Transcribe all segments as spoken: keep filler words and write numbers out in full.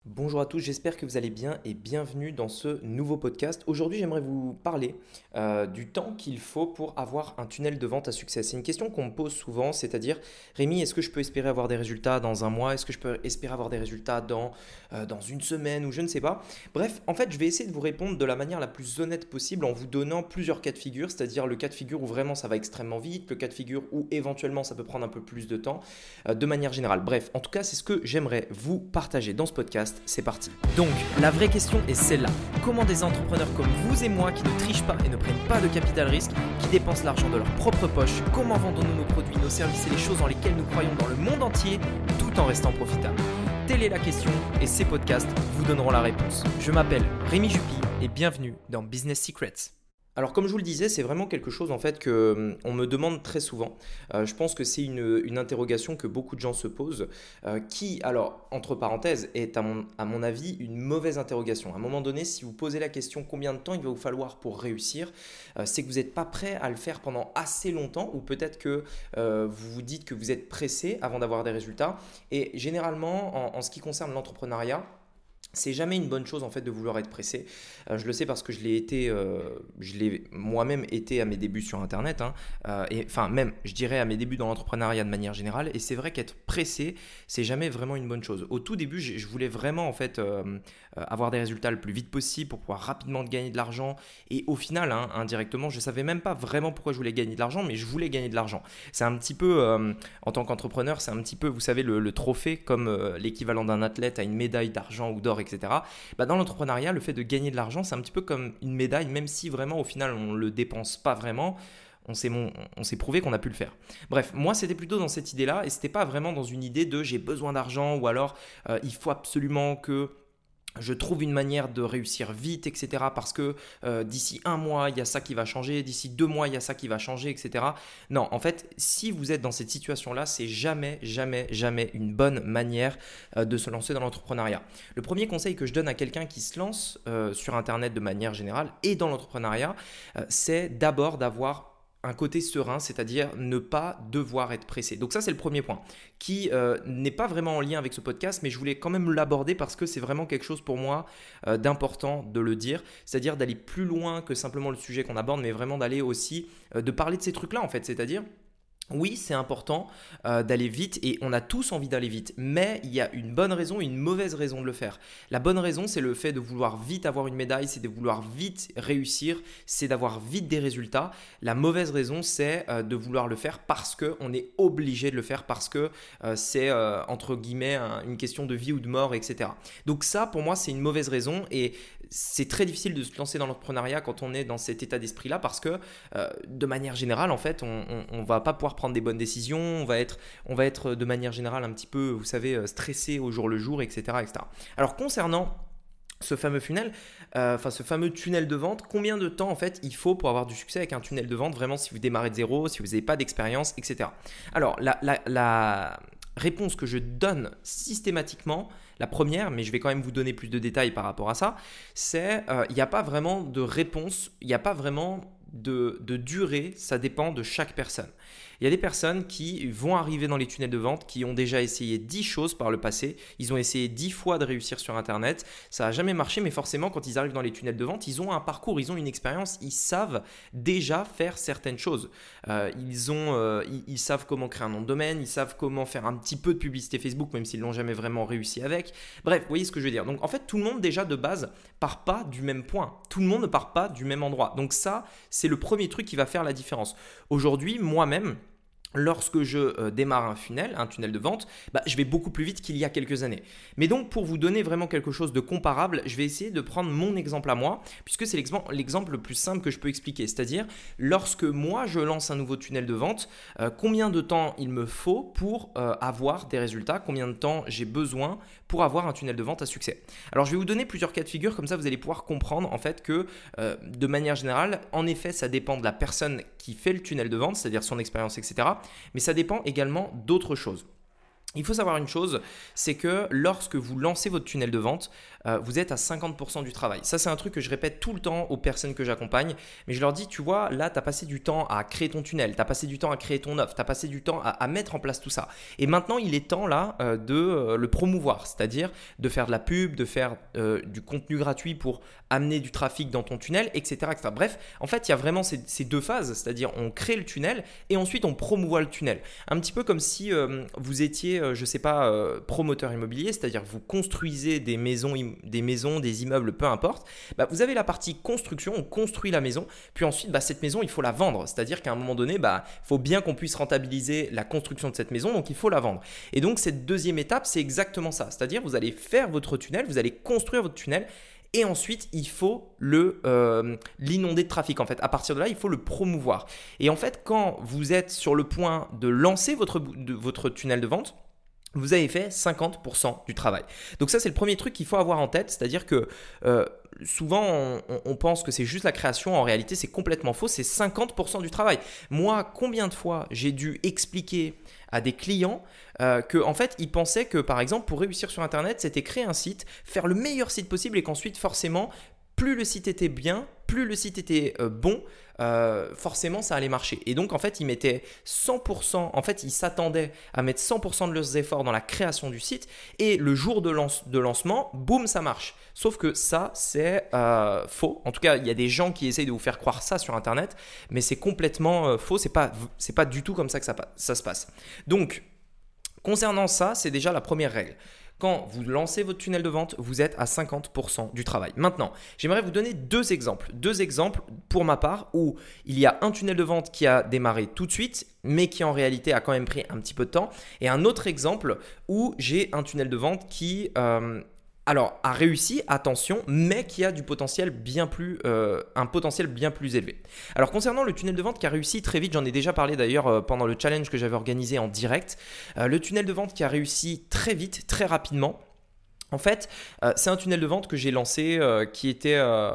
Bonjour à tous, j'espère que vous allez bien et bienvenue dans ce nouveau podcast. Aujourd'hui, j'aimerais vous parler euh, du temps qu'il faut pour avoir un tunnel de vente à succès. C'est une question qu'on me pose souvent, c'est-à-dire, Rémi, est-ce que je peux espérer avoir des résultats dans un mois? Est-ce que je peux espérer avoir des résultats dans, euh, dans une semaine ou je ne sais pas? Bref, en fait, je vais essayer de vous répondre de la manière la plus honnête possible en vous donnant plusieurs cas de figure, c'est-à-dire le cas de figure où vraiment ça va extrêmement vite, le cas de figure où éventuellement ça peut prendre un peu plus de temps, euh, de manière générale. Bref, en tout cas, c'est ce que j'aimerais vous partager dans ce podcast. C'est parti. Donc, la vraie question est celle-là. Comment des entrepreneurs comme vous et moi qui ne trichent pas et ne prennent pas de capital risque, qui dépensent l'argent de leur propre poche, comment vendons-nous nos produits, nos services et les choses dans lesquelles nous croyons dans le monde entier, tout en restant profitables? Telle est la question et ces podcasts vous donneront la réponse. Je m'appelle Rémi Jupy et bienvenue dans Business Secrets. Alors comme je vous le disais, c'est vraiment quelque chose en fait que hum, on me demande très souvent. Euh, je pense que c'est une, une interrogation que beaucoup de gens se posent, euh, qui, alors entre parenthèses, est à mon, à mon avis une mauvaise interrogation. À un moment donné, si vous posez la question combien de temps il va vous falloir pour réussir, euh, c'est que vous n'êtes pas prêt à le faire pendant assez longtemps, ou peut-être que euh, vous vous dites que vous êtes pressé avant d'avoir des résultats. Et généralement, en, en ce qui concerne l'entrepreneuriat, c'est jamais une bonne chose en fait de vouloir être pressé. Euh, je le sais parce que je l'ai été, euh, je l'ai moi-même été à mes débuts sur Internet, hein, euh, et enfin même, je dirais à mes débuts dans l'entrepreneuriat de manière générale. Et c'est vrai qu'être pressé, c'est jamais vraiment une bonne chose. Au tout début, je, je voulais vraiment en fait euh, euh, avoir des résultats le plus vite possible pour pouvoir rapidement gagner de l'argent. Et au final, hein, indirectement, je savais même pas vraiment pourquoi je voulais gagner de l'argent, mais je voulais gagner de l'argent. C'est un petit peu, euh, en tant qu'entrepreneur, c'est un petit peu, vous savez, le, le trophée comme euh, l'équivalent d'un athlète à une médaille d'argent ou d'or, et cetera. Bah, dans l'entrepreneuriat, le fait de gagner de l'argent, c'est un petit peu comme une médaille, même si vraiment au final on ne le dépense pas vraiment. On s'est, mon- on s'est prouvé qu'on a pu le faire. Bref, moi c'était plutôt dans cette idée-là et c'était pas vraiment dans une idée de j'ai besoin d'argent ou alors euh, il faut absolument que je trouve une manière de réussir vite, et cetera. Parce que euh, d'ici un mois, il y a ça qui va changer, d'ici deux mois, il y a ça qui va changer, et cetera. Non, en fait, si vous êtes dans cette situation-là, c'est jamais, jamais, jamais une bonne manière euh, de se lancer dans l'entrepreneuriat. Le premier conseil que je donne à quelqu'un qui se lance euh, sur Internet de manière générale et dans l'entrepreneuriat, euh, c'est d'abord d'avoir un côté serein, c'est-à-dire ne pas devoir être pressé. Donc ça, c'est le premier point, qui euh, n'est pas vraiment en lien avec ce podcast, mais je voulais quand même l'aborder parce que c'est vraiment quelque chose pour moi euh, d'important de le dire, c'est-à-dire d'aller plus loin que simplement le sujet qu'on aborde, mais vraiment d'aller aussi, euh, de parler de ces trucs-là en fait, c'est-à-dire oui, c'est important euh, d'aller vite et on a tous envie d'aller vite, mais il y a une bonne raison et une mauvaise raison de le faire. La bonne raison, c'est le fait de vouloir vite avoir une médaille, c'est de vouloir vite réussir, c'est d'avoir vite des résultats. La mauvaise raison, c'est euh, de vouloir le faire parce qu'on est obligé de le faire, parce que euh, c'est euh, entre guillemets un- une question de vie ou de mort, et cetera. Donc ça, pour moi, c'est une mauvaise raison et c'est très difficile de se lancer dans l'entrepreneuriat quand on est dans cet état d'esprit-là parce que euh, de manière générale, en fait, on, on, on va pas pouvoir prendre des bonnes décisions, on va être, on va être de manière générale un petit peu, vous savez, euh, stressé au jour le jour, et cetera, et cetera. Alors concernant ce fameux funnel, euh, enfin ce fameux tunnel de vente, combien de temps en fait il faut pour avoir du succès avec un tunnel de vente, vraiment si vous démarrez de zéro, si vous n'avez pas d'expérience, et cetera. Alors la, la, la réponse que je donne systématiquement, la première, mais je vais quand même vous donner plus de détails par rapport à ça, c'est il euh, n'y a pas vraiment de réponse, il n'y a pas vraiment de, de durée, ça dépend de chaque personne. Il y a des personnes qui vont arriver dans les tunnels de vente, qui ont déjà essayé dix choses par le passé. Ils ont essayé dix fois de réussir sur Internet. Ça n'a jamais marché, mais forcément, quand ils arrivent dans les tunnels de vente, ils ont un parcours, ils ont une expérience, ils savent déjà faire certaines choses. Euh, ils, ont, euh, ils, ils savent comment créer un nom de domaine, ils savent comment faire un petit peu de publicité Facebook, même s'ils ne l'ont jamais vraiment réussi avec. Bref, vous voyez ce que je veux dire. Donc, en fait, tout le monde déjà de base part pas du même point. Tout le monde ne part pas du même endroit. Donc ça, c'est le premier truc qui va faire la différence. Aujourd'hui, moi-même, lorsque je euh, démarre un funnel, un tunnel de vente, bah, je vais beaucoup plus vite qu'il y a quelques années. Mais donc, pour vous donner vraiment quelque chose de comparable, je vais essayer de prendre mon exemple à moi, puisque c'est l'exemple, l'exemple le plus simple que je peux expliquer. C'est-à-dire, lorsque moi, je lance un nouveau tunnel de vente, euh, combien de temps il me faut pour euh, avoir des résultats, combien de temps j'ai besoin pour avoir un tunnel de vente à succès. Alors, je vais vous donner plusieurs cas de figure, comme ça, vous allez pouvoir comprendre en fait que, euh, de manière générale, en effet, ça dépend de la personne qui fait le tunnel de vente, c'est-à-dire son expérience, et cetera. Mais ça dépend également d'autres choses. Il faut savoir une chose, c'est que lorsque vous lancez votre tunnel de vente, euh, vous êtes à cinquante pour cent du travail. Ça, c'est un truc que je répète tout le temps aux personnes que j'accompagne. Mais je leur dis, tu vois, là, tu as passé du temps à créer ton tunnel, tu as passé du temps à créer ton offre, tu as passé du temps à, à mettre en place tout ça. Et maintenant, il est temps là euh, de euh, le promouvoir, c'est-à-dire de faire de la pub, de faire euh, du contenu gratuit pour amener du trafic dans ton tunnel, et cetera et cetera. Bref, en fait, il y a vraiment ces, ces deux phases, c'est-à-dire on crée le tunnel et ensuite on promouvoit le tunnel. Un petit peu comme si euh, vous étiez je ne sais pas, euh, promoteur immobilier, c'est-à-dire que vous construisez des maisons, des maisons, des immeubles, peu importe, bah, vous avez la partie construction, on construit la maison, puis ensuite, bah, cette maison, il faut la vendre. C'est-à-dire qu'à un moment donné, bah, il faut bien qu'on puisse rentabiliser la construction de cette maison, donc il faut la vendre. Et donc, cette deuxième étape, c'est exactement ça. C'est-à-dire, vous allez faire votre tunnel, vous allez construire votre tunnel, et ensuite, il faut le, euh, l'inonder de trafic. En fait, à partir de là, il faut le promouvoir. Et en fait, quand vous êtes sur le point de lancer votre, de, votre tunnel de vente, vous avez fait cinquante pour cent du travail. Donc ça, c'est le premier truc qu'il faut avoir en tête, c'est-à-dire que euh, souvent, on, on pense que c'est juste la création. En réalité, c'est complètement faux, c'est cinquante pour cent du travail. Moi, combien de fois j'ai dû expliquer à des clients euh, que en fait, ils pensaient que, par exemple, pour réussir sur Internet, c'était créer un site, faire le meilleur site possible et qu'ensuite, forcément, plus le site était bien, plus le site était euh, bon, euh, forcément ça allait marcher. Et donc en fait ils mettaient cent pour cent, en fait ils s'attendaient à mettre cent pour cent de leurs efforts dans la création du site et le jour de, lance, de lancement, boum, ça marche. Sauf que ça c'est euh, faux. En tout cas il y a des gens qui essayent de vous faire croire ça sur Internet, mais c'est complètement euh, faux, c'est pas, c'est pas du tout comme ça que ça, ça se passe. Donc concernant ça, c'est déjà la première règle. Quand vous lancez votre tunnel de vente, vous êtes à cinquante pour cent du travail. Maintenant, j'aimerais vous donner deux exemples. Deux exemples pour ma part où il y a un tunnel de vente qui a démarré tout de suite, mais qui en réalité a quand même pris un petit peu de temps. Et un autre exemple où j'ai un tunnel de vente qui… Euh, Alors, a réussi, attention, mais qui a du potentiel bien plus, euh, un potentiel bien plus élevé. Alors, concernant le tunnel de vente qui a réussi très vite, j'en ai déjà parlé d'ailleurs euh, pendant le challenge que j'avais organisé en direct. Euh, le tunnel de vente qui a réussi très vite, très rapidement. En fait, euh, c'est un tunnel de vente que j'ai lancé euh, qui était… Euh,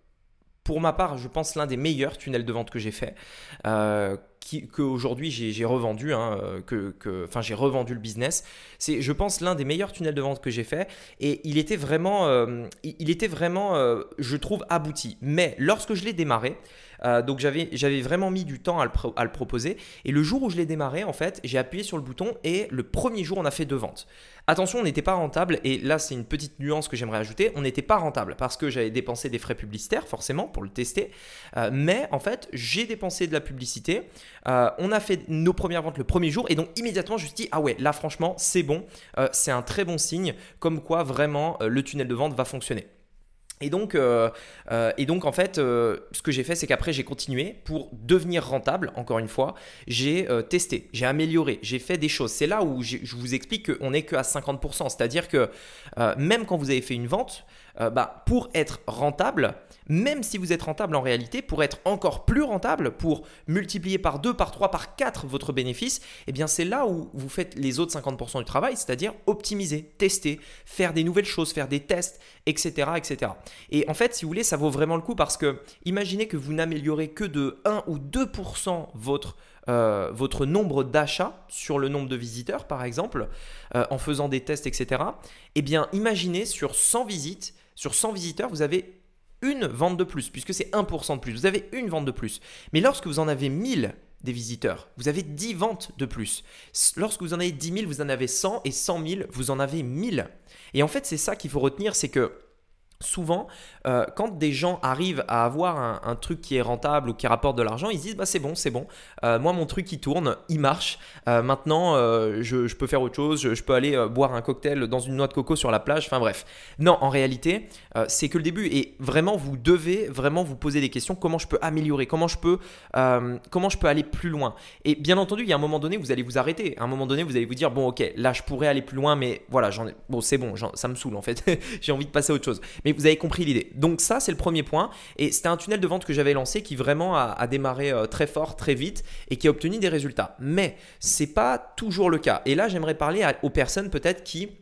pour ma part, je pense l'un des meilleurs tunnels de vente que j'ai fait, euh, qui, qu'aujourd'hui j'ai, j'ai revendu, hein, que, que, enfin j'ai revendu le business. C'est, je pense, l'un des meilleurs tunnels de vente que j'ai fait et il était vraiment, euh, il était vraiment, euh, je trouve, abouti. Mais lorsque je l'ai démarré, euh, donc j'avais, j'avais vraiment mis du temps à le, pro- à le proposer et le jour où je l'ai démarré, en fait, j'ai appuyé sur le bouton et le premier jour, on a fait deux ventes. Attention, on n'était pas rentable et là, c'est une petite nuance que j'aimerais ajouter. On n'était pas rentable parce que j'avais dépensé des frais publicitaires, forcément, pour le tester. Euh, mais en fait, j'ai dépensé de la publicité. Euh, on a fait nos premières ventes le premier jour et donc immédiatement, je me suis dit, ah ouais, là, franchement, c'est bon. Euh, c'est un très bon signe comme quoi vraiment euh, le tunnel de vente va fonctionner. Et donc, euh, euh, et donc, en fait, euh, ce que j'ai fait, c'est qu'après, j'ai continué pour devenir rentable. Encore une fois, j'ai euh, testé, j'ai amélioré, j'ai fait des choses. C'est là où je vous explique qu'on n'est qu'à cinquante pour cent. C'est-à-dire que euh, même quand vous avez fait une vente, euh, bah, pour être rentable, même si vous êtes rentable en réalité, pour être encore plus rentable, pour multiplier par deux, par trois, par quatre votre bénéfice, eh bien, c'est là où vous faites les autres cinquante pour cent du travail, c'est-à-dire optimiser, tester, faire des nouvelles choses, faire des tests, et cetera, et cetera. Et en fait, si vous voulez, ça vaut vraiment le coup parce que imaginez que vous n'améliorez que de un ou deux pour cent votre, euh, votre nombre d'achats sur le nombre de visiteurs, par exemple, euh, en faisant des tests, et cetera. Eh bien, imaginez sur cent visites, sur cent visiteurs, vous avez une vente de plus, puisque c'est un pour cent de plus. Vous avez une vente de plus. Mais lorsque vous en avez mille des visiteurs, vous avez dix ventes de plus. Lorsque vous en avez dix mille, vous en avez cent et cent mille, vous en avez mille. Et en fait, c'est ça qu'il faut retenir, c'est que souvent, euh, quand des gens arrivent à avoir un, un truc qui est rentable ou qui rapporte de l'argent, ils se disent bah, c'est bon, c'est bon. Euh, moi, mon truc, il tourne, il marche. Euh, maintenant, euh, je, je peux faire autre chose. Je, je peux aller euh, boire un cocktail dans une noix de coco sur la plage. Enfin bref. Non, en réalité, euh, c'est que le début. Et vraiment, vous devez vraiment vous poser des questions. Comment je peux améliorer ? Comment je peux, euh, comment je peux aller plus loin ? Et bien entendu, il y a un moment donné, vous allez vous arrêter. À un moment donné, vous allez vous dire bon, ok, là, je pourrais aller plus loin, mais voilà, j'en ai, bon, c'est bon, j'en, ça me saoule en fait. J'ai envie de passer à autre chose. Mais vous avez compris l'idée. Donc ça, c'est le premier point. Et c'était un tunnel de vente que j'avais lancé qui vraiment a, a démarré euh, très fort, très vite et qui a obtenu des résultats. Mais c'est pas toujours le cas. Et là, j'aimerais parler à, aux personnes peut-être qui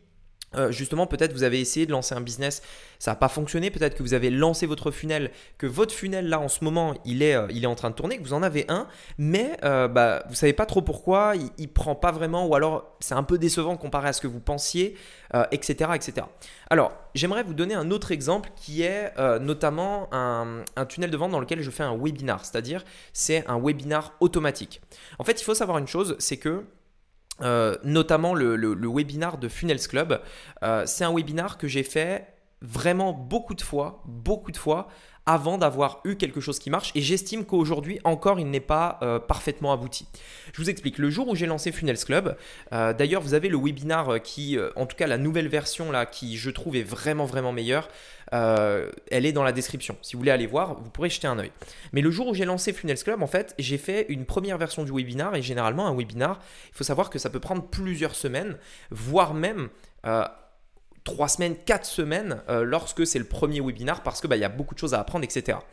Euh, justement, peut-être vous avez essayé de lancer un business, ça n'a pas fonctionné. Peut-être que vous avez lancé votre funnel, que votre funnel là en ce moment il est, euh, il est en train de tourner, que vous en avez un, mais euh, bah, vous ne savez pas trop pourquoi, il ne prend pas vraiment, ou alors c'est un peu décevant comparé à ce que vous pensiez, euh, et cetera, et cetera. Alors, j'aimerais vous donner un autre exemple qui est euh, notamment un, un tunnel de vente dans lequel je fais un webinar, c'est-à-dire c'est un webinar automatique. En fait, il faut savoir une chose, c'est que Euh, notamment le, le, le webinar de Funnels Club. Euh, c'est un webinar que j'ai fait vraiment beaucoup de fois, beaucoup de fois avant d'avoir eu quelque chose qui marche et j'estime qu'aujourd'hui encore il n'est pas euh, parfaitement abouti. Je vous explique, le jour où j'ai lancé Funnels Club, euh, d'ailleurs vous avez le webinar qui, euh, en tout cas la nouvelle version là qui je trouve est vraiment vraiment meilleure, euh, elle est dans la description. Si vous voulez aller voir, vous pourrez jeter un œil. Mais le jour où j'ai lancé Funnels Club, en fait, j'ai fait une première version du webinar et généralement un webinar, il faut savoir que ça peut prendre plusieurs semaines, voire même euh, trois semaines, quatre semaines euh, lorsque c'est le premier webinar parce qu'il bah, y a beaucoup de choses à apprendre, et cetera.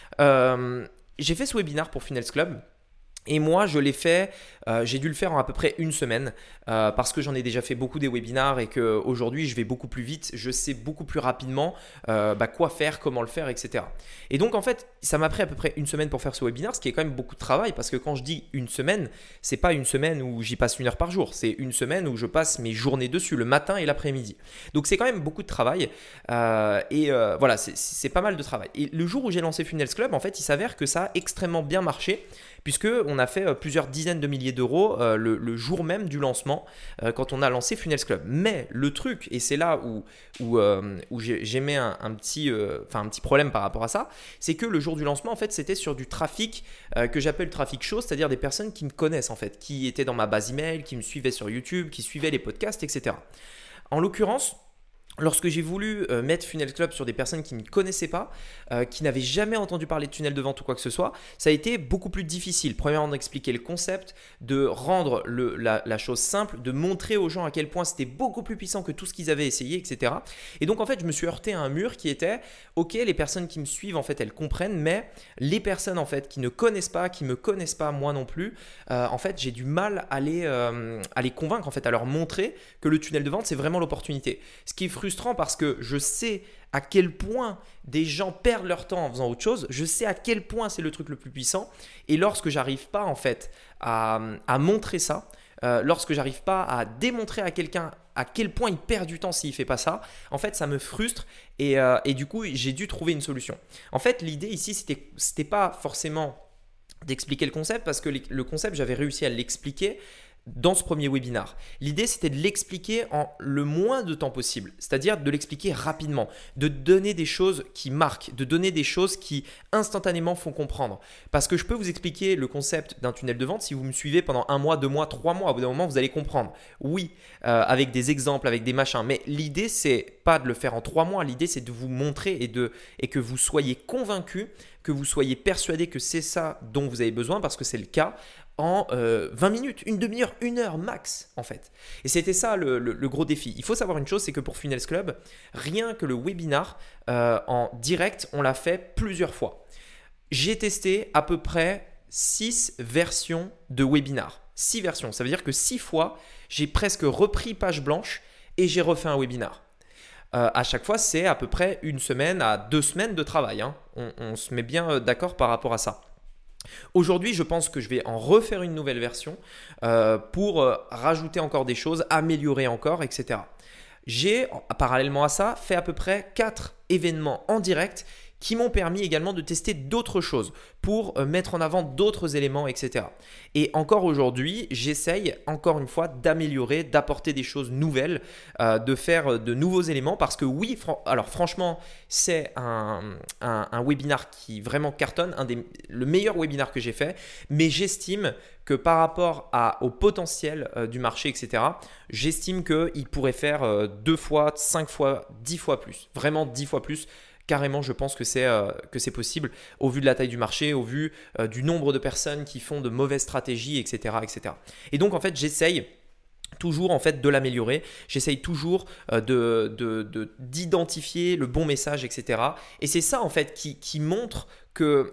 Euh, j'ai fait ce webinar pour Funnels Club. Et moi, je l'ai fait, euh, j'ai dû le faire en à peu près une semaine euh, parce que j'en ai déjà fait beaucoup des webinars et qu'aujourd'hui, je vais beaucoup plus vite, je sais beaucoup plus rapidement euh, bah, quoi faire, comment le faire, et cetera. Et donc, en fait, ça m'a pris à peu près une semaine pour faire ce webinar, ce qui est quand même beaucoup de travail parce que quand je dis une semaine, c'est pas une semaine où j'y passe une heure par jour, c'est une semaine où je passe mes journées dessus, le matin et l'après-midi. Donc, c'est quand même beaucoup de travail euh, et euh, voilà, c'est, c'est pas mal de travail. Et le jour où j'ai lancé Funnels Club, en fait, il s'avère que ça a extrêmement bien marché puisqu'on a fait plusieurs dizaines de milliers d'euros euh, le, le jour même du lancement euh, quand on a lancé Funnels Club. Mais le truc, et c'est là où, où, euh, où j'ai, j'ai mis un, un, petit, euh, un petit problème par rapport à ça, c'est que le jour du lancement, en fait, c'était sur du trafic euh, que j'appelle trafic chaud, c'est-à-dire des personnes qui me connaissent, en fait, qui étaient dans ma base email, qui me suivaient sur YouTube, qui suivaient les podcasts, et cetera. En l'occurrence, lorsque j'ai voulu euh, mettre Funnels Club sur des personnes qui ne connaissaient pas, euh, qui n'avaient jamais entendu parler de tunnel de vente ou quoi que ce soit, ça a été beaucoup plus difficile. Premièrement, d'expliquer le concept, de rendre le, la, la chose simple, de montrer aux gens à quel point c'était beaucoup plus puissant que tout ce qu'ils avaient essayé, et cetera. Et donc, en fait, je me suis heurté à un mur qui était, ok, les personnes qui me suivent, en fait, elles comprennent, mais les personnes, en fait, qui ne connaissent pas, qui ne me connaissent pas, moi non plus, euh, en fait, j'ai du mal à les, euh, à les convaincre, en fait, à leur montrer que le tunnel de vente, c'est vraiment l'opportunité. Ce qui est frustrant parce que je sais à quel point des gens perdent leur temps en faisant autre chose, je sais à quel point c'est le truc le plus puissant et lorsque j'arrive pas en fait à, à montrer ça, euh, lorsque j'arrive pas à démontrer à quelqu'un à quel point il perd du temps s'il fait pas ça, en fait ça me frustre et, euh, et du coup j'ai dû trouver une solution. En fait l'idée ici c'était, c'était pas forcément d'expliquer le concept parce que le concept j'avais réussi à l'expliquer dans ce premier webinar. L'idée, c'était de l'expliquer en le moins de temps possible, c'est-à-dire de l'expliquer rapidement, de donner des choses qui marquent, de donner des choses qui instantanément font comprendre. Parce que je peux vous expliquer le concept d'un tunnel de vente si vous me suivez pendant un mois, deux mois, trois mois. Au bout d'un moment, vous allez comprendre. Oui, euh, avec des exemples, avec des machins. Mais l'idée, c'est pas de le faire en trois mois. L'idée, c'est de vous montrer et, de, et que vous soyez convaincu, que vous soyez persuadé que c'est ça dont vous avez besoin parce que c'est le cas. En euh, vingt minutes, une demi-heure, une heure max en fait. Et c'était ça le, le, le gros défi. Il faut savoir une chose, c'est que pour Funnels Club, rien que le webinar euh, en direct, on l'a fait plusieurs fois. J'ai testé à peu près six versions de webinar. six versions, ça veut dire que six fois, j'ai presque repris page blanche et j'ai refait un webinar. Euh, à chaque fois, c'est à peu près une semaine à deux semaines de travail. Hein. On, on se met bien d'accord par rapport à ça. Aujourd'hui, je pense que je vais en refaire une nouvelle version euh, pour euh, rajouter encore des choses, améliorer encore, et cetera. J'ai, parallèlement à ça, fait à peu près quatre événements en direct qui m'ont permis également de tester d'autres choses pour euh, mettre en avant d'autres éléments, et cetera. Et encore aujourd'hui, j'essaye encore une fois d'améliorer, d'apporter des choses nouvelles, euh, de faire de nouveaux éléments parce que oui, fran- alors franchement, c'est un, un, un webinar qui vraiment cartonne, un des, le meilleur webinar que j'ai fait, mais j'estime que par rapport à, au potentiel euh, du marché, et cetera, j'estime qu'il pourrait faire euh, deux fois, cinq fois, dix fois plus, vraiment dix fois plus. Carrément, je pense que c'est, euh, que c'est possible au vu de la taille du marché, au vu euh, du nombre de personnes qui font de mauvaises stratégies, et cetera, et cetera. Et donc, en fait, j'essaye toujours en fait de l'améliorer, j'essaye toujours euh, de, de, de, d'identifier le bon message, et cetera. Et c'est ça en fait qui, qui montre que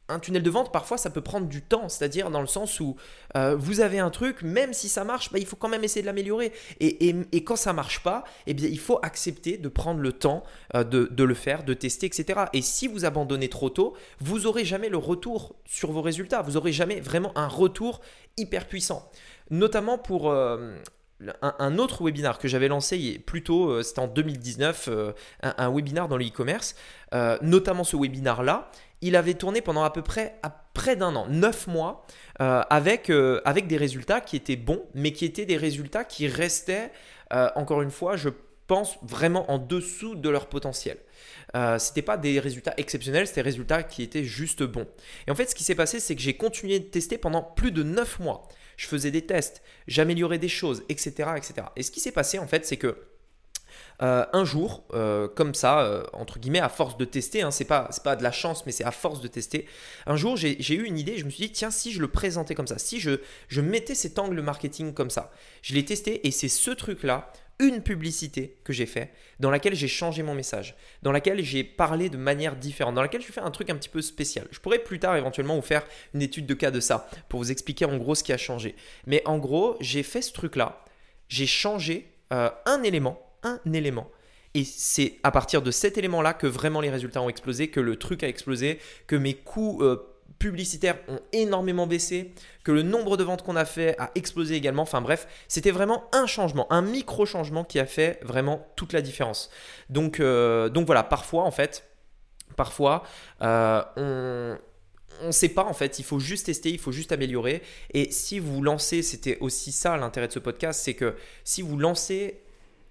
un tunnel de vente, parfois, ça peut prendre du temps, c'est-à-dire dans le sens où euh, vous avez un truc, même si ça marche, bah, il faut quand même essayer de l'améliorer. Et, et, et quand ça ne marche pas, eh bien, il faut accepter de prendre le temps euh, de, de le faire, de tester, et cetera. Et si vous abandonnez trop tôt, vous n'aurez jamais le retour sur vos résultats. Vous n'aurez jamais vraiment un retour hyper puissant. Notamment pour… Euh, Un, un autre webinar que j'avais lancé plus tôt, euh, c'était en deux mille dix-neuf, euh, un, un webinar dans le e-commerce. Euh, notamment ce webinar-là, il avait tourné pendant à peu près à près d'un an, neuf mois, euh, avec, euh, avec des résultats qui étaient bons, mais qui étaient des résultats qui restaient, euh, encore une fois, je pense vraiment en dessous de leur potentiel. Euh, ce n'était pas des résultats exceptionnels, c'était des résultats qui étaient juste bons. Et en fait, ce qui s'est passé, c'est que j'ai continué de tester pendant plus de neuf mois. Je faisais des tests, j'améliorais des choses, et cetera, et cetera. Et ce qui s'est passé, en fait, c'est que euh, un jour, euh, comme ça, euh, entre guillemets, à force de tester, hein, c'est pas, c'est pas de la chance, mais c'est à force de tester, un jour, j'ai, j'ai eu une idée, je me suis dit, tiens, si je le présentais comme ça, si je, je mettais cet angle marketing comme ça, je l'ai testé et c'est ce truc-là, une publicité que j'ai fait, dans laquelle j'ai changé mon message, dans laquelle j'ai parlé de manière différente, dans laquelle je fais un truc un petit peu spécial. Je pourrais plus tard éventuellement vous faire une étude de cas de ça pour vous expliquer en gros ce qui a changé. Mais en gros, j'ai fait ce truc-là, j'ai changé euh, un élément, un élément. Et c'est à partir de cet élément-là que vraiment les résultats ont explosé, que le truc a explosé, que mes coûts euh, publicitaires ont énormément baissé, que le nombre de ventes qu'on a fait a explosé également. Enfin bref, c'était vraiment un changement, un micro-changement qui a fait vraiment toute la différence. Donc, euh, donc voilà, parfois en fait, parfois euh, on… On ne sait pas en fait, il faut juste tester, il faut juste améliorer. Et si vous lancez, c'était aussi ça l'intérêt de ce podcast, c'est que si vous lancez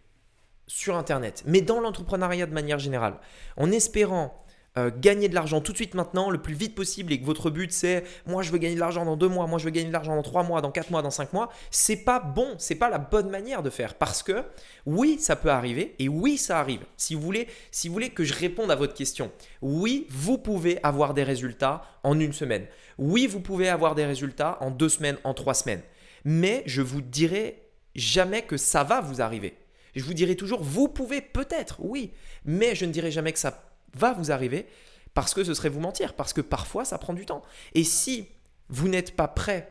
sur Internet, mais dans l'entrepreneuriat de manière générale, en espérant euh, gagner de l'argent tout de suite maintenant, le plus vite possible, et que votre but c'est moi je veux gagner de l'argent dans deux mois, moi je veux gagner de l'argent dans trois mois, dans quatre mois, dans cinq mois, c'est pas bon, c'est pas la bonne manière de faire. Parce que oui, ça peut arriver et oui, ça arrive. Si vous voulez, si vous voulez que je réponde à votre question, oui, vous pouvez avoir des résultats en une semaine. Oui, vous pouvez avoir des résultats en deux semaines, en trois semaines. Mais je vous dirai jamais que ça va vous arriver. Je vous dirai toujours, vous pouvez peut-être, oui, mais je ne dirai jamais que ça va vous arriver parce que ce serait vous mentir, parce que parfois ça prend du temps. Et si vous n'êtes pas prêt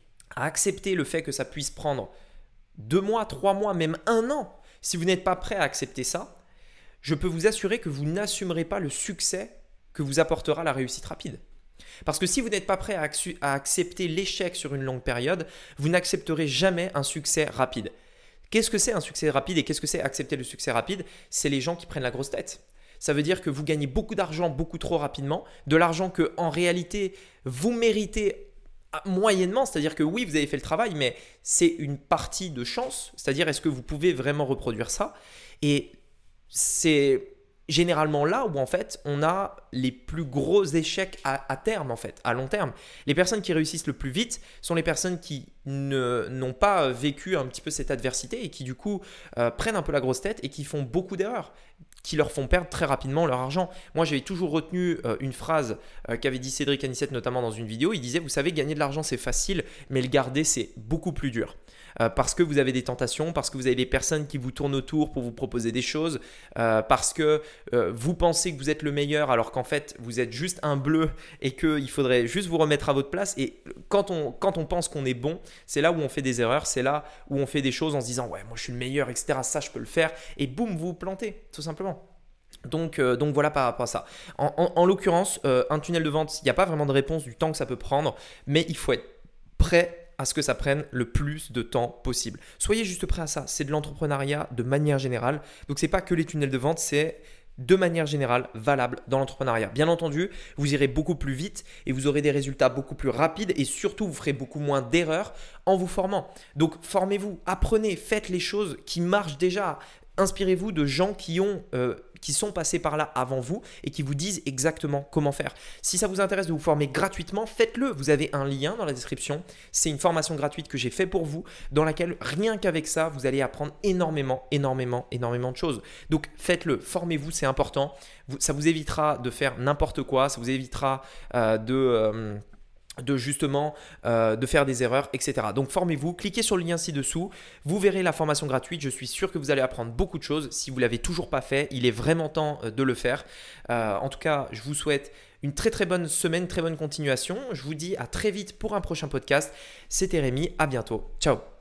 à accepter le fait que ça puisse prendre deux mois, trois mois, même un an, si vous n'êtes pas prêt à accepter ça, je peux vous assurer que vous n'assumerez pas le succès que vous apportera la réussite rapide. Parce que si vous n'êtes pas prêt à, à accepter l'échec sur une longue période, vous n'accepterez jamais un succès rapide. Qu'est-ce que c'est un succès rapide et qu'est-ce que c'est accepter le succès rapide? C'est les gens qui prennent la grosse tête. Ça veut dire que vous gagnez beaucoup d'argent beaucoup trop rapidement, de l'argent que en réalité vous méritez moyennement, c'est-à-dire que oui, vous avez fait le travail, mais c'est une partie de chance, c'est-à-dire est-ce que vous pouvez vraiment reproduire ça? Et c'est généralement là où en fait on a les plus gros échecs à, à terme en fait, à long terme. Les personnes qui réussissent le plus vite sont les personnes qui ne, n'ont pas vécu un petit peu cette adversité et qui du coup euh, prennent un peu la grosse tête et qui font beaucoup d'erreurs, qui leur font perdre très rapidement leur argent. Moi, j'avais toujours retenu euh, une phrase euh, qu'avait dit Cédric Anissette notamment dans une vidéo. Il disait, vous savez, gagner de l'argent, c'est facile, mais le garder, c'est beaucoup plus dur. Euh, parce que vous avez des tentations, parce que vous avez des personnes qui vous tournent autour pour vous proposer des choses, euh, parce que euh, vous pensez que vous êtes le meilleur alors qu'en fait, vous êtes juste un bleu et qu'il faudrait juste vous remettre à votre place. Et quand on, quand on pense qu'on est bon, c'est là où on fait des erreurs, c'est là où on fait des choses en se disant « ouais, moi je suis le meilleur, et cetera. Ça, je peux le faire. » Et boum, vous vous plantez, tout simplement. Donc, euh, donc voilà par rapport à ça. En, en, en l'occurrence, euh, un tunnel de vente, il n'y a pas vraiment de réponse du temps que ça peut prendre, mais il faut être prêt à ce que ça prenne le plus de temps possible. Soyez juste prêt à ça. C'est de l'entrepreneuriat de manière générale. Donc, ce n'est pas que les tunnels de vente, c'est de manière générale valable dans l'entrepreneuriat. Bien entendu, vous irez beaucoup plus vite et vous aurez des résultats beaucoup plus rapides et surtout, vous ferez beaucoup moins d'erreurs en vous formant. Donc, formez-vous, apprenez, faites les choses qui marchent déjà. Inspirez-vous de gens qui ont… Euh, qui sont passés par là avant vous et qui vous disent exactement comment faire. Si ça vous intéresse de vous former gratuitement, faites-le. Vous avez un lien dans la description. C'est une formation gratuite que j'ai fait pour vous dans laquelle rien qu'avec ça, vous allez apprendre énormément, énormément, énormément de choses. Donc faites-le, formez-vous, c'est important. Vous, ça vous évitera de faire n'importe quoi, ça vous évitera euh, de… Euh, de justement euh, de faire des erreurs, et cetera. Donc formez-vous, cliquez sur le lien ci-dessous, vous verrez la formation gratuite. Je suis sûr que vous allez apprendre beaucoup de choses. Si vous ne l'avez toujours pas fait, il est vraiment temps euh, de le faire. Euh, en tout cas, je vous souhaite une très très bonne semaine, très bonne continuation. Je vous dis à très vite pour un prochain podcast. C'était Rémi, à bientôt. Ciao.